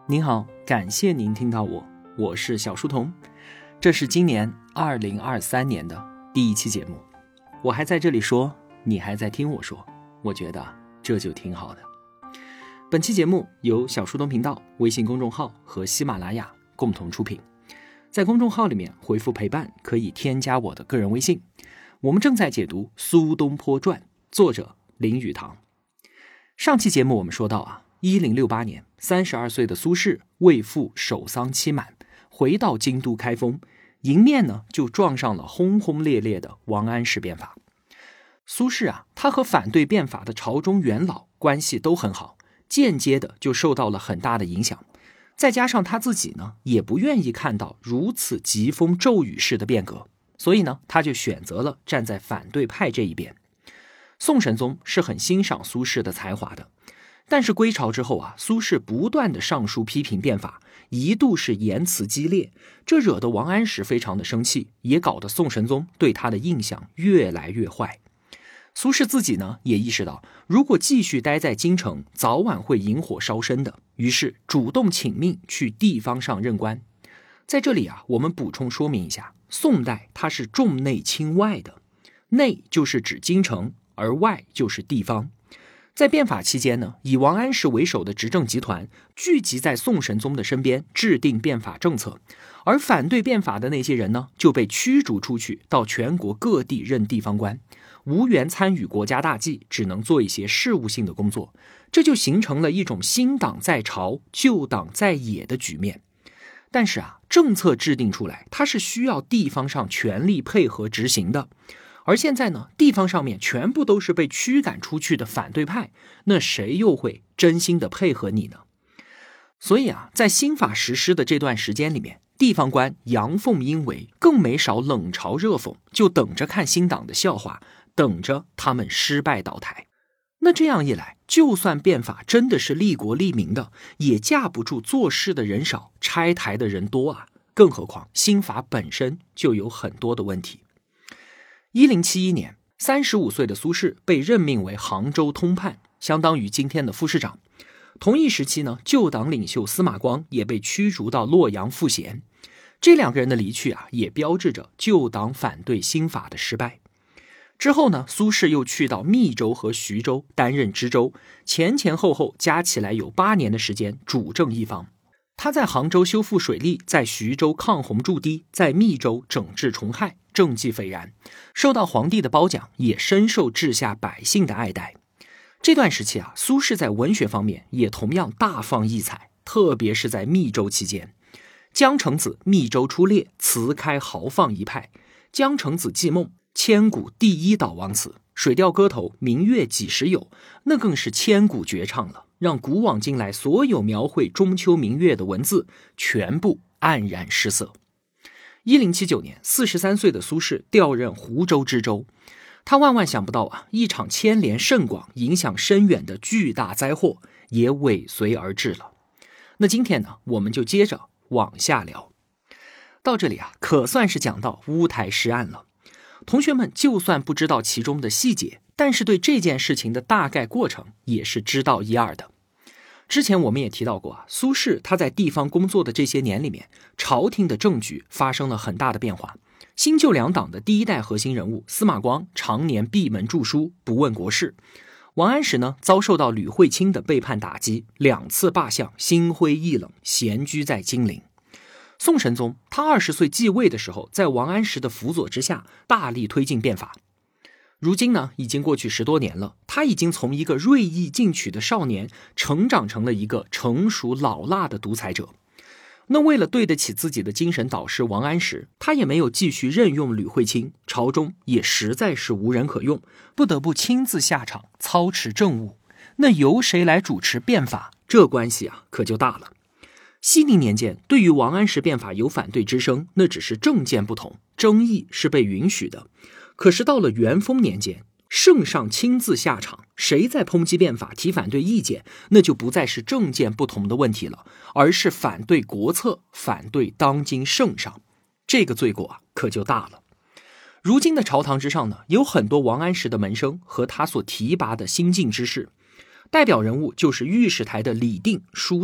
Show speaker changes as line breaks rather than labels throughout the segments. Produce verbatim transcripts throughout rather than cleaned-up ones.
您好，感谢您听到我，我是小书童。这是今年二零二三年的第一期节目，我还在这里说，你还在听我说，我觉得这就挺好的。本期节目由小书童频道微信公众号和喜马拉雅共同出品。在公众号里面回复陪伴，可以添加我的个人微信。我们正在解读《苏东坡传》，作者林语堂。上期节目我们说到啊，一零六八年，三十二岁的苏轼为父守丧期满，回到京都开封，迎面呢就撞上了轰轰烈烈的王安石变法。苏轼啊，他和反对变法的朝中元老关系都很好，间接的就受到了很大的影响。再加上他自己呢，也不愿意看到如此疾风骤雨式的变革，所以呢，他就选择了站在反对派这一边。宋神宗是很欣赏苏轼的才华的，但是归朝之后啊，苏轼不断的上书批评变法，一度是言辞激烈，这惹得王安石非常的生气，也搞得宋神宗对他的印象越来越坏。苏轼自己呢也意识到，如果继续待在京城，早晚会引火烧身的，于是主动请命去地方上任官。在这里啊，我们补充说明一下，宋代它是重内轻外的，内就是指京城，而外就是地方。在变法期间呢，以王安石为首的执政集团聚集在宋神宗的身边，制定变法政策，而反对变法的那些人呢，就被驱逐出去，到全国各地任地方官，无缘参与国家大计，只能做一些事务性的工作。这就形成了一种新党在朝，旧党在野的局面。但是啊，政策制定出来，它是需要地方上全力配合执行的。而现在呢，地方上面全部都是被驱赶出去的反对派，那谁又会真心的配合你呢？所以啊，在新法实施的这段时间里面，地方官阳奉阴违，更没少冷嘲热讽，就等着看新党的笑话，等着他们失败倒台。那这样一来，就算变法真的是利国利民的，也架不住做事的人少，拆台的人多啊。更何况新法本身就有很多的问题。一零七一年，三十五岁的苏轼被任命为杭州通判，相当于今天的副市长。同一时期呢，旧党领袖司马光也被驱逐到洛阳赋闲。这两个人的离去啊，也标志着旧党反对新法的失败。之后呢，苏轼又去到密州和徐州担任知州，前前后后加起来有八年的时间主政一方。他在杭州修复水利，在徐州抗洪筑堤，在密州整治虫害，政绩斐然，受到皇帝的褒奖，也深受治下百姓的爱戴。这段时期啊，苏轼在文学方面也同样大放异彩，特别是在密州期间。江城子密州出猎，词开豪放一派。江城子寄梦，千古第一悼亡词。水调歌头，明月几时有，那更是千古绝唱了，让古往今来所有描绘中秋明月的文字全部黯然失色。一零七九年，四十三岁的苏轼调任湖州知州，他万万想不到啊，一场牵连甚广、影响深远的巨大灾祸也尾随而至了。那今天呢，我们就接着往下聊。到这里啊，可算是讲到乌台诗案了。同学们就算不知道其中的细节，但是对这件事情的大概过程也是知道一二的。之前我们也提到过啊，苏轼他在地方工作的这些年里面，朝廷的政局发生了很大的变化。新旧两党的第一代核心人物司马光常年闭门著书，不问国事。王安石呢，遭受到吕惠卿的背叛打击，两次罢相，心灰意冷，闲居在金陵。宋神宗他二十岁继位的时候，在王安石的辅佐之下，大力推进变法。如今呢，已经过去十多年了，他已经从一个锐意进取的少年，成长成了一个成熟老辣的独裁者。那为了对得起自己的精神导师王安石，他也没有继续任用吕惠卿，朝中也实在是无人可用，不得不亲自下场操持政务。那由谁来主持变法，这关系啊可就大了。熙宁年间，对于王安石变法有反对之声，那只是政见不同，争议是被允许的。可是到了元丰年间，圣上亲自下场，谁在抨击变法提反对意见，那就不再是政见不同的问题了，而是反对国策，反对当今圣上。这个罪过啊可就大了。如今的朝堂之上呢，有很多王安石的门生和他所提拔的新进之士，代表人物就是御史台的李定、舒旦，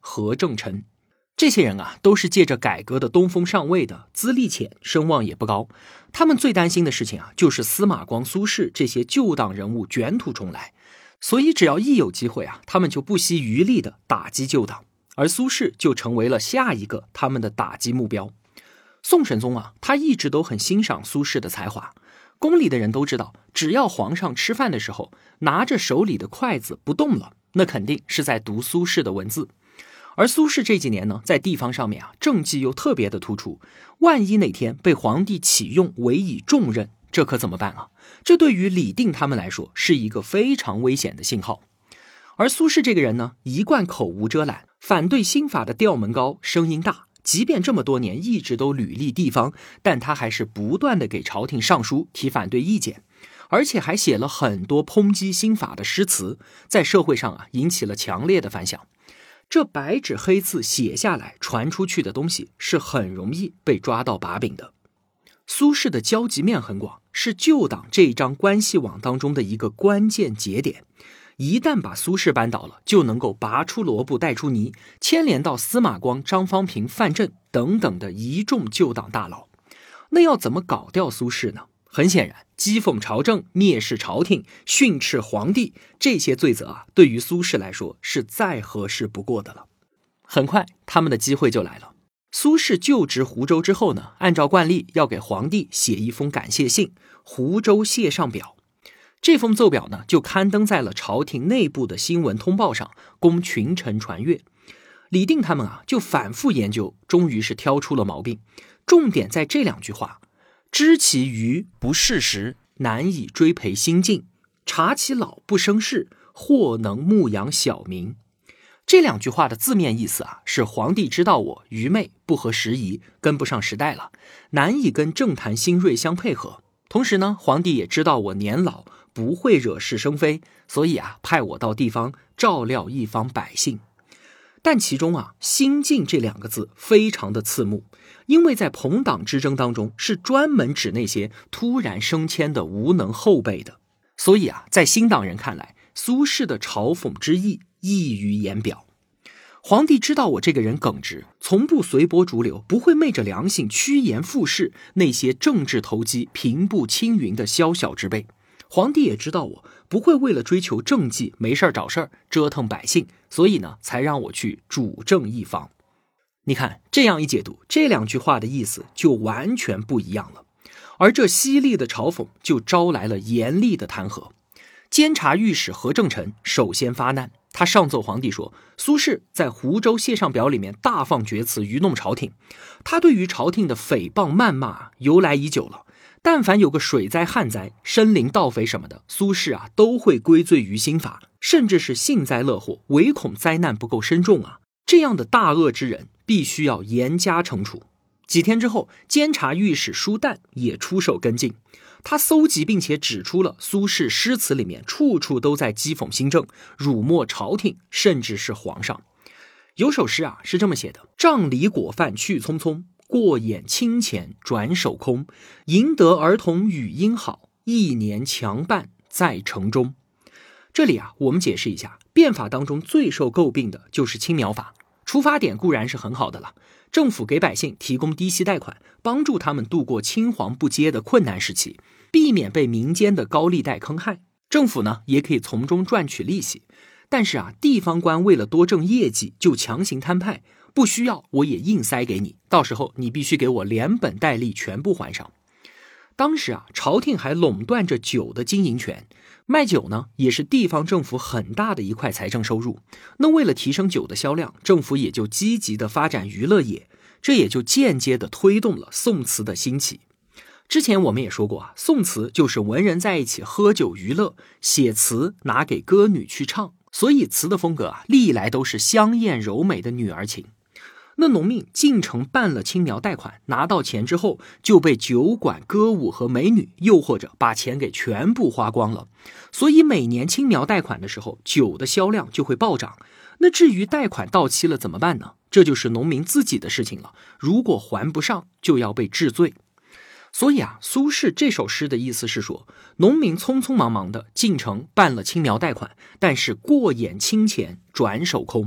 何正臣。这些人啊，都是借着改革的东风上位的，资历浅，声望也不高。他们最担心的事情啊，就是司马光、苏轼这些旧党人物卷土重来。所以只要一有机会啊，他们就不惜余力的打击旧党，而苏轼就成为了下一个他们的打击目标。宋神宗啊，他一直都很欣赏苏轼的才华。宫里的人都知道，只要皇上吃饭的时候拿着手里的筷子不动了，那肯定是在读苏轼的文字。而苏轼这几年呢，在地方上面啊，政绩又特别的突出，万一哪天被皇帝启用委以重任，这可怎么办啊？这对于李定他们来说是一个非常危险的信号。而苏轼这个人呢，一贯口无遮拦，反对新法的调门高，声音大，即便这么多年一直都履历地方，但他还是不断的给朝廷上书提反对意见，而且还写了很多抨击新法的诗词，在社会上啊引起了强烈的反响。这白纸黑字写下来传出去的东西是很容易被抓到把柄的。苏轼的交集面很广，是旧党这一张关系网当中的一个关键节点。一旦把苏轼扳倒了，就能够拔出萝卜带出泥，牵连到司马光、张方平、范正等等的一众旧党大佬。那要怎么搞掉苏轼呢？很显然，讥讽朝政、蔑视朝廷、训斥皇帝，这些罪责啊，对于苏轼来说是再合适不过的了。很快，他们的机会就来了。苏轼就职湖州之后呢，按照惯例要给皇帝写一封感谢信，湖州谢上表。这封奏表呢，就刊登在了朝廷内部的新闻通报上，供群臣传阅。李定他们啊，就反复研究，终于是挑出了毛病。重点在这两句话：知其愚不事实，难以追培新进；察其老不生事，或能牧养小民。这两句话的字面意思啊，是皇帝知道我愚昧不合时宜，跟不上时代了，难以跟政坛新锐相配合。同时呢，皇帝也知道我年老，不会惹是生非，所以啊，派我到地方照料一方百姓。但其中啊，新进这两个字非常的刺目，因为在朋党之争当中是专门指那些突然升迁的无能后辈的。所以啊，在新党人看来，苏轼的嘲讽之意溢于言表。皇帝知道我这个人耿直，从不随波逐流，不会昧着良心趋炎附势那些政治投机、平步青云的宵小之辈。皇帝也知道我不会为了追求政绩没事找事儿折腾百姓，所以呢，才让我去主政一方。你看，这样一解读，这两句话的意思就完全不一样了。而这犀利的嘲讽就招来了严厉的弹劾。监察御史何正臣首先发难，他上奏皇帝说，苏轼在湖州谢上表里面大放厥词，愚弄朝廷。他对于朝廷的诽谤谩骂由来已久了，但凡有个水灾旱灾、生灵盗匪什么的，苏轼啊都会归罪于新法，甚至是幸灾乐祸，唯恐灾难不够深重啊。这样的大恶之人必须要严加惩处。几天之后，监察御史舒旦也出手跟进，他搜集并且指出了苏轼诗词里面处处都在讥讽新政，辱没朝廷，甚至是皇上。有首诗啊是这么写的：杖藜果饭去匆匆，过眼清钱转手空。赢得儿童语音好，一年强办在城中。这里啊，我们解释一下，变法当中最受诟病的就是青苗法。出发点固然是很好的了，政府给百姓提供低息贷款，帮助他们度过青黄不接的困难时期，避免被民间的高利贷坑害。政府呢，也可以从中赚取利息。但是啊，地方官为了多挣业绩，就强行摊派，不需要我也硬塞给你，到时候你必须给我连本带利全部还上。当时啊，朝廷还垄断着酒的经营权，卖酒呢也是地方政府很大的一块财政收入。那为了提升酒的销量，政府也就积极的发展娱乐业，这也就间接的推动了宋词的兴起。之前我们也说过啊，宋词就是文人在一起喝酒娱乐，写词拿给歌女去唱，所以词的风格啊，历来都是香艳柔美的女儿情。那农民进城办了青苗贷款，拿到钱之后就被酒馆、歌舞和美女诱惑着把钱给全部花光了，所以每年青苗贷款的时候，酒的销量就会暴涨。那至于贷款到期了怎么办呢？这就是农民自己的事情了，如果还不上就要被治罪。所以啊，苏轼这首诗的意思是说，农民匆匆忙忙的进城办了青苗贷款，但是过眼清钱转手空。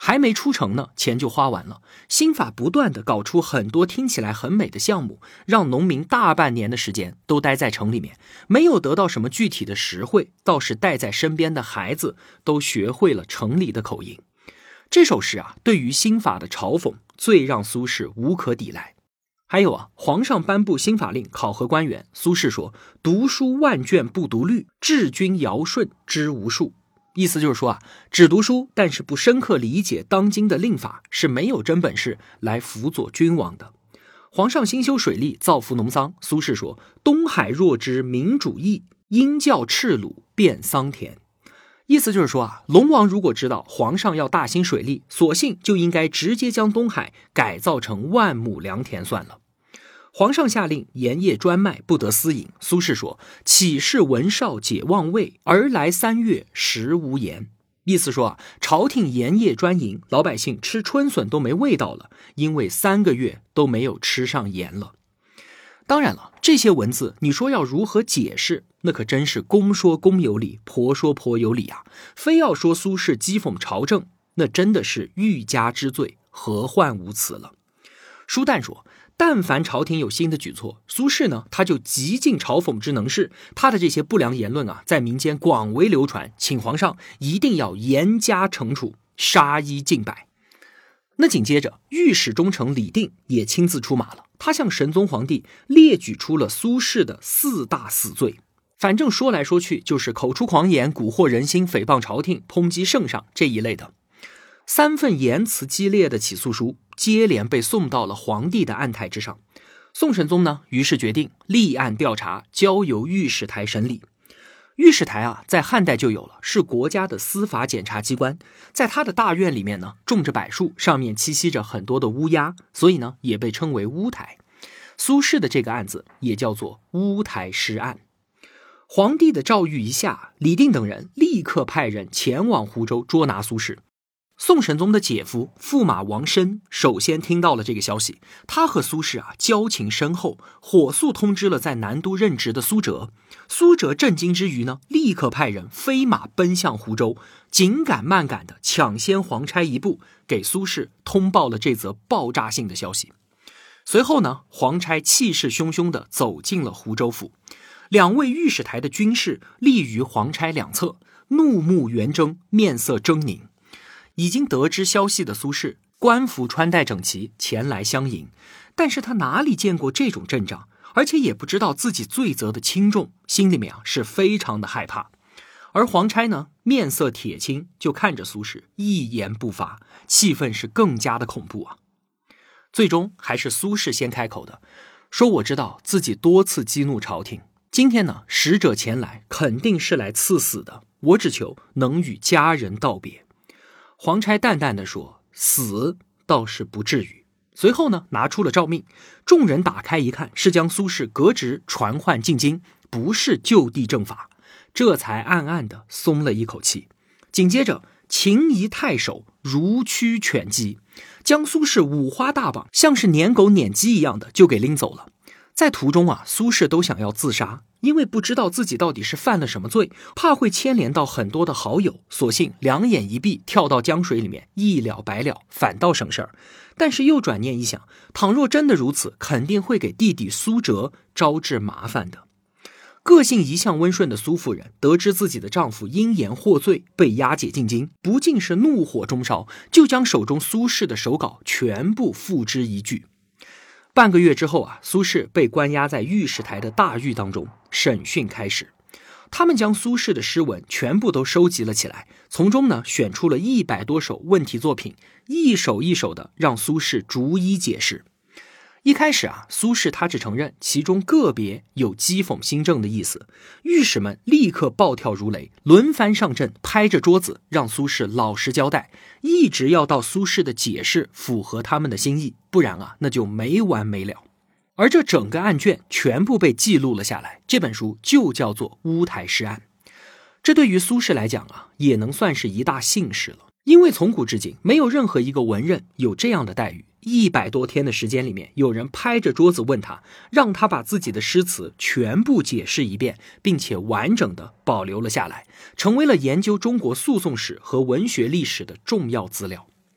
还没出城呢，钱就花完了。新法不断地搞出很多听起来很美的项目，让农民大半年的时间都待在城里面，没有得到什么具体的实惠，倒是带在身边的孩子都学会了城里的口音。这首诗啊，对于新法的嘲讽，最让苏轼无可抵赖。还有啊，皇上颁布新法令考核官员，苏轼说：“读书万卷不读律，治君尧舜知无数。”意思就是说啊，只读书，但是不深刻理解当今的令法，是没有真本事来辅佐君王的。皇上兴修水利，造福农桑，苏轼说：“东海若知民主义，应教赤鲁遍桑田。”意思就是说啊，龙王如果知道皇上要大兴水利，索性就应该直接将东海改造成万亩良田算了。皇上下令盐业专卖，不得私饮。苏轼说：“岂是文少解忘味，而来三月食无盐。”意思说啊，朝廷盐业专营，老百姓吃春笋都没味道了，因为三个月都没有吃上盐了。当然了，这些文字你说要如何解释，那可真是公说公有理，婆说婆有理啊！非要说苏轼讥讽朝政，那真的是欲加之罪，何患无辞了。舒旦说，但凡朝廷有新的举措，苏轼呢，他就极尽嘲讽之能事，他的这些不良言论啊，在民间广为流传，请皇上一定要严加惩处，杀一儆百。那紧接着，御史中丞李定也亲自出马了，他向神宗皇帝列举出了苏轼的四大死罪。反正说来说去，就是口出狂言、蛊惑人心、诽谤朝廷、抨击圣上这一类的。三份言辞激烈的起诉书接连被送到了皇帝的案台之上。宋神宗呢，于是决定立案调查，交由御史台审理。御史台啊，在汉代就有了，是国家的司法检察机关。在他的大院里面呢，种着柏树，上面栖息着很多的乌鸦，所以呢，也被称为乌台。苏轼的这个案子也叫做乌台诗案。皇帝的诏谕一下，李定等人立刻派人前往湖州捉拿苏轼。宋神宗的姐夫驸马王申首先听到了这个消息，他和苏轼啊交情深厚，火速通知了在南都任职的苏辙。苏辙震惊之余呢，立刻派人飞马奔向湖州，紧赶慢赶的抢先皇差一步，给苏轼通报了这则爆炸性的消息。随后呢，皇差气势汹汹地走进了湖州府，两位御史台的军士立于皇差两侧，怒目圆睁，面色狰狞。已经得知消息的苏轼，官服穿戴整齐，前来相迎。但是他哪里见过这种阵仗，而且也不知道自己罪责的轻重，心里面啊是非常的害怕。而皇差呢，面色铁青，就看着苏轼，一言不发，气氛是更加的恐怖啊。最终还是苏轼先开口的，说我知道自己多次激怒朝廷，今天呢，使者前来肯定是来赐死的，我只求能与家人道别。皇差淡淡的说，死倒是不至于。随后呢，拿出了诏命，众人打开一看，是将苏轼革职传唤进京，不是就地正法，这才暗暗的松了一口气。紧接着，秦仪太守如驱犬击，将苏轼五花大绑，像是撵狗撵鸡一样的就给拎走了。在途中啊，苏轼都想要自杀，因为不知道自己到底是犯了什么罪，怕会牵连到很多的好友，索性两眼一闭，跳到江水里面，一了百了，反倒省事儿。但是又转念一想，倘若真的如此，肯定会给弟弟苏辙招致麻烦的。个性一向温顺的苏夫人得知自己的丈夫因言获罪，被押解进京，不禁是怒火中烧，就将手中苏轼的手稿全部付之一炬。半个月之后啊，苏轼被关押在御史台的大狱当中，审讯开始。他们将苏轼的诗文全部都收集了起来，从中呢选出了一百多首问题作品，一首一首的让苏轼逐一解释。一开始啊，苏轼他只承认其中个别有讥讽新政的意思，御史们立刻暴跳如雷，轮番上阵，拍着桌子让苏轼老实交代，一直要到苏轼的解释符合他们的心意，不然啊那就没完没了。而这整个案卷全部被记录了下来，这本书就叫做乌台诗案。这对于苏轼来讲啊，也能算是一大幸事了，因为从古至今没有任何一个文人有这样的待遇。一百多天的时间里面，有人拍着桌子问他，让他把自己的诗词全部解释一遍，并且完整的保留了下来，成为了研究中国诉讼史和文学历史的重要资料。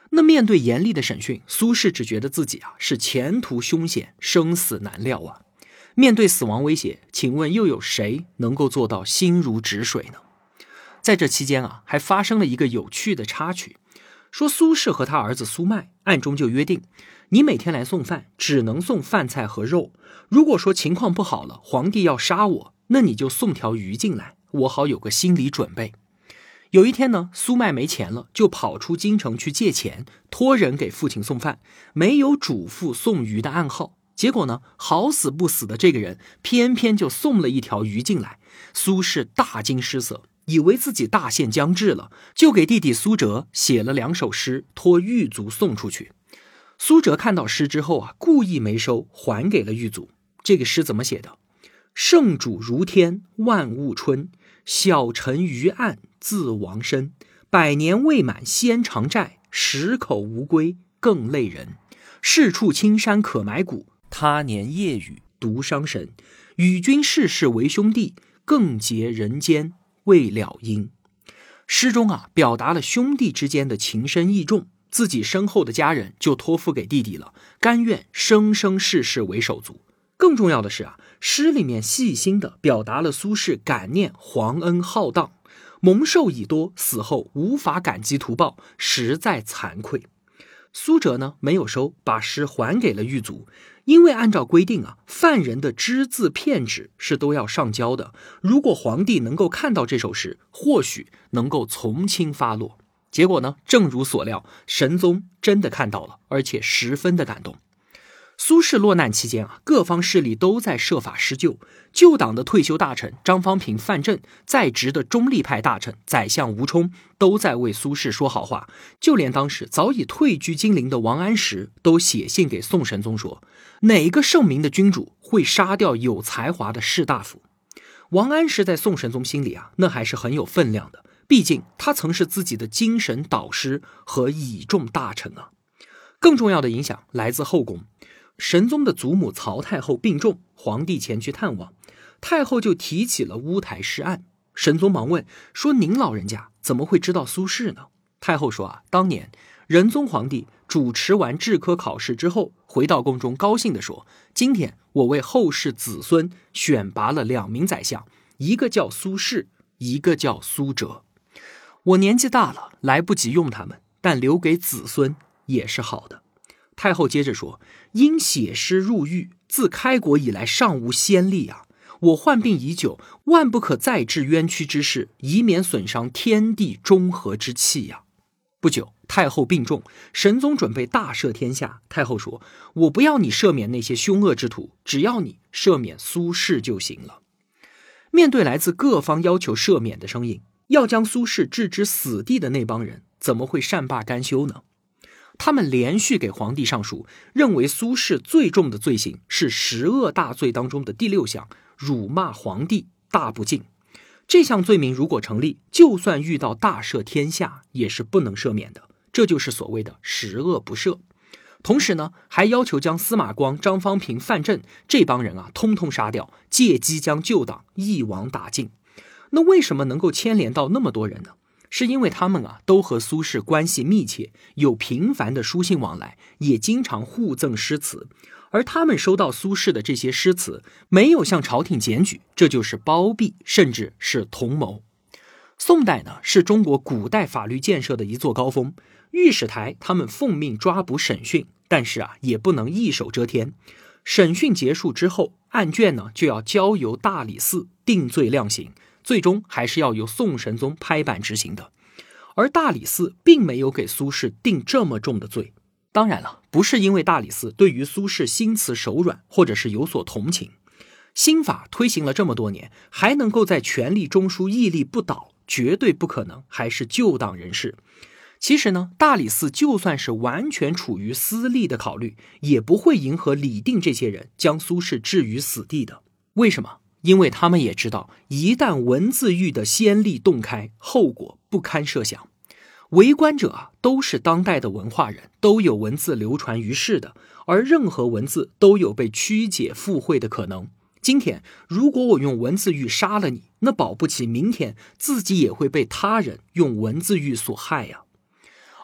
那面对严厉的审讯，苏轼只觉得自己啊是前途凶险，生死难料啊。面对死亡威胁，请问又有谁能够做到心如止水呢？在这期间啊，还发生了一个有趣的插曲，说苏轼和他儿子苏迈暗中就约定，你每天来送饭，只能送饭菜和肉。如果说情况不好了，皇帝要杀我，那你就送条鱼进来，我好有个心理准备。有一天呢，苏迈没钱了，就跑出京城去借钱，托人给父亲送饭，没有嘱咐送鱼的暗号。结果呢，好死不死的这个人偏偏就送了一条鱼进来。苏轼大惊失色，以为自己大限将至了，就给弟弟苏辙写了两首诗，托狱卒送出去。苏辙看到诗之后啊，故意没收，还给了狱卒。这个诗怎么写的？圣主如天，万物春，小臣于案，自亡身。百年未满先偿债，十口无归更累人。是处青山可埋骨，他年夜雨独伤神。与君世世为兄弟，更结人间未了因。诗中啊，表达了兄弟之间的情深义重，自己身后的家人就托付给弟弟了，甘愿生生世世为手足。更重要的是啊，诗里面细心地表达了苏轼感念皇恩浩荡，蒙受已多，死后无法感激图报，实在惭愧。苏辙呢没有收，把诗还给了狱卒，因为按照规定啊，犯人的只字片纸是都要上交的。如果皇帝能够看到这首诗，或许能够从轻发落。结果呢，正如所料，神宗真的看到了，而且十分的感动。苏轼落难期间啊，各方势力都在设法施救。旧党的退休大臣张方平、范正，在职的中立派大臣宰相吴充，都在为苏轼说好话。就连当时早已退居金陵的王安石，都写信给宋神宗说，哪个圣明的君主会杀掉有才华的士大夫？王安石在宋神宗心里啊，那还是很有分量的，毕竟他曾是自己的精神导师和倚重大臣啊。更重要的影响来自后宫。神宗的祖母曹太后病重，皇帝前去探望，太后就提起了乌台诗案。神宗忙问说，您老人家怎么会知道苏轼呢？太后说啊，当年仁宗皇帝主持完制科考试之后，回到宫中高兴地说，今天我为后世子孙选拔了两名宰相，一个叫苏轼，一个叫苏辙。我年纪大了，来不及用他们，但留给子孙也是好的。太后接着说，因写诗入狱，自开国以来尚无先例啊！我患病已久，万不可再治冤屈之事，以免损伤天地中和之气呀、啊。不久，太后病重，神宗准备大赦天下。太后说，我不要你赦免那些凶恶之徒，只要你赦免苏轼就行了。面对来自各方要求赦免的声音，要将苏轼置之死地的那帮人，怎么会善罢甘休呢？他们连续给皇帝上书，认为苏轼最重的罪行是十恶大罪当中的第六项，辱骂皇帝，大不敬。这项罪名如果成立，就算遇到大赦天下也是不能赦免的，这就是所谓的十恶不赦。同时呢，还要求将司马光、张方平、范正这帮人啊通通杀掉，借机将旧党一网打尽。那为什么能够牵连到那么多人呢？是因为他们啊都和苏轼关系密切，有频繁的书信往来，也经常互赠诗词。而他们收到苏轼的这些诗词，没有向朝廷检举，这就是包庇，甚至是同谋。宋代呢，是中国古代法律建设的一座高峰。御史台他们奉命抓捕审讯，但是啊，也不能一手遮天。审讯结束之后，案卷呢就要交由大理寺定罪量刑。最终还是要由宋神宗拍板执行的，而大理寺并没有给苏轼定这么重的罪。当然了，不是因为大理寺对于苏轼心慈手软，或者是有所同情。新法推行了这么多年，还能够在权力中枢屹立不倒，绝对不可能还是旧党人士。其实呢，大理寺就算是完全处于私利的考虑，也不会迎合李定这些人将苏轼置于死地的。为什么？因为他们也知道，一旦文字狱的先例洞开，后果不堪设想。围观者啊，都是当代的文化人，都有文字流传于世的，而任何文字都有被曲解附会的可能。今天如果我用文字狱杀了你，那保不齐明天自己也会被他人用文字狱所害呀、啊。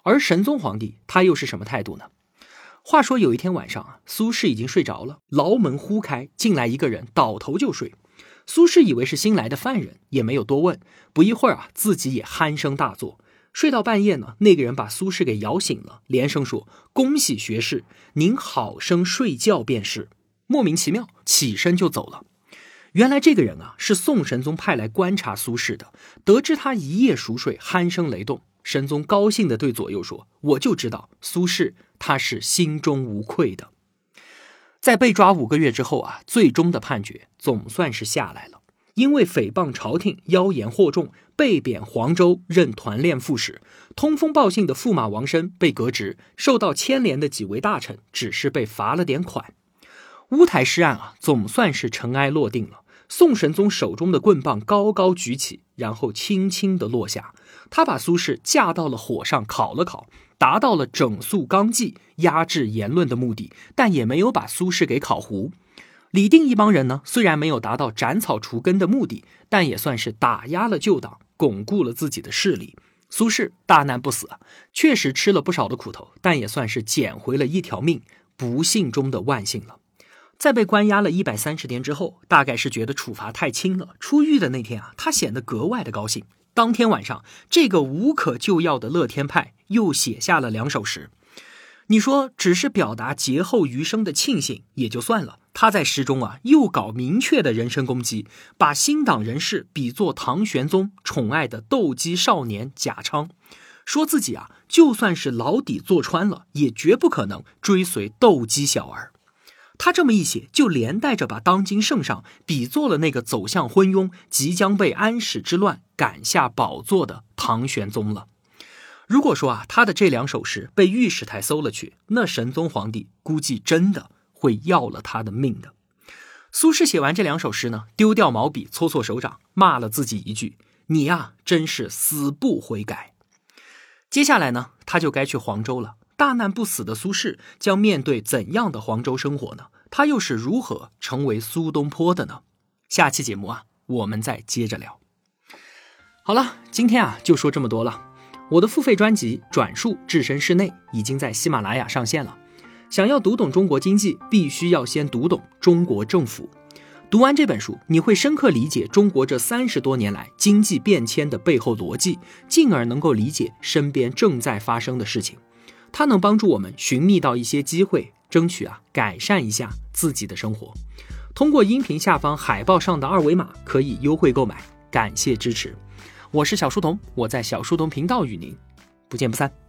而神宗皇帝他又是什么态度呢？话说有一天晚上啊，苏轼已经睡着了，牢门忽开，进来一个人倒头就睡。苏轼以为是新来的犯人，也没有多问。不一会儿啊，自己也鼾声大作。睡到半夜呢，那个人把苏轼给摇醒了，连声说：“恭喜学士，您好生睡觉便是。”莫名其妙，起身就走了。原来这个人啊，是宋神宗派来观察苏轼的。得知他一夜熟睡，鼾声雷动，神宗高兴地对左右说：“我就知道苏轼他是心中无愧的。”在被抓五个月之后啊，最终的判决总算是下来了。因为诽谤朝廷、妖言惑众，被贬黄州任团练副使。通风报信的驸马王申被革职，受到牵连的几位大臣只是被罚了点款。乌台诗案啊，总算是尘埃落定了。宋神宗手中的棍棒高高举起，然后轻轻地落下。他把苏轼架到了火上烤了烤，达到了整肃纲纪、压制言论的目的，但也没有把苏轼给烤糊。李定一帮人呢，虽然没有达到斩草除根的目的，但也算是打压了旧党，巩固了自己的势力。苏轼大难不死啊，确实吃了不少的苦头，但也算是捡回了一条命，不幸中的万幸了。在被关押了一百三十天之后，大概是觉得处罚太轻了，出狱的那天啊，他显得格外的高兴。当天晚上，这个无可救药的乐天派又写下了两首诗。你说只是表达劫后余生的庆幸也就算了，他在诗中啊又搞明确的人身攻击，把新党人士比作唐玄宗宠爱的斗鸡少年贾昌，说自己啊就算是牢底坐穿了，也绝不可能追随斗鸡小儿。他这么一写，就连带着把当今圣上比作了那个走向昏庸、即将被安史之乱赶下宝座的唐玄宗了。如果说啊，他的这两首诗被御史台搜了去，那神宗皇帝估计真的会要了他的命的。苏轼写完这两首诗呢，丢掉毛笔，搓搓手掌，骂了自己一句：“你呀，真是死不悔改。”接下来呢，他就该去黄州了。大难不死的苏轼将面对怎样的黄州生活呢？他又是如何成为苏东坡的呢？下期节目啊，我们再接着聊。好了，今天啊就说这么多了。我的付费专辑《转述置身事内》已经在喜马拉雅上线了。想要读懂中国经济，必须要先读懂中国政府。读完这本书，你会深刻理解中国这三十多年来经济变迁的背后逻辑，进而能够理解身边正在发生的事情。它能帮助我们寻觅到一些机会，争取啊改善一下自己的生活。通过音频下方海报上的二维码可以优惠购买，感谢支持。我是小书童，我在小书童频道与您不见不散。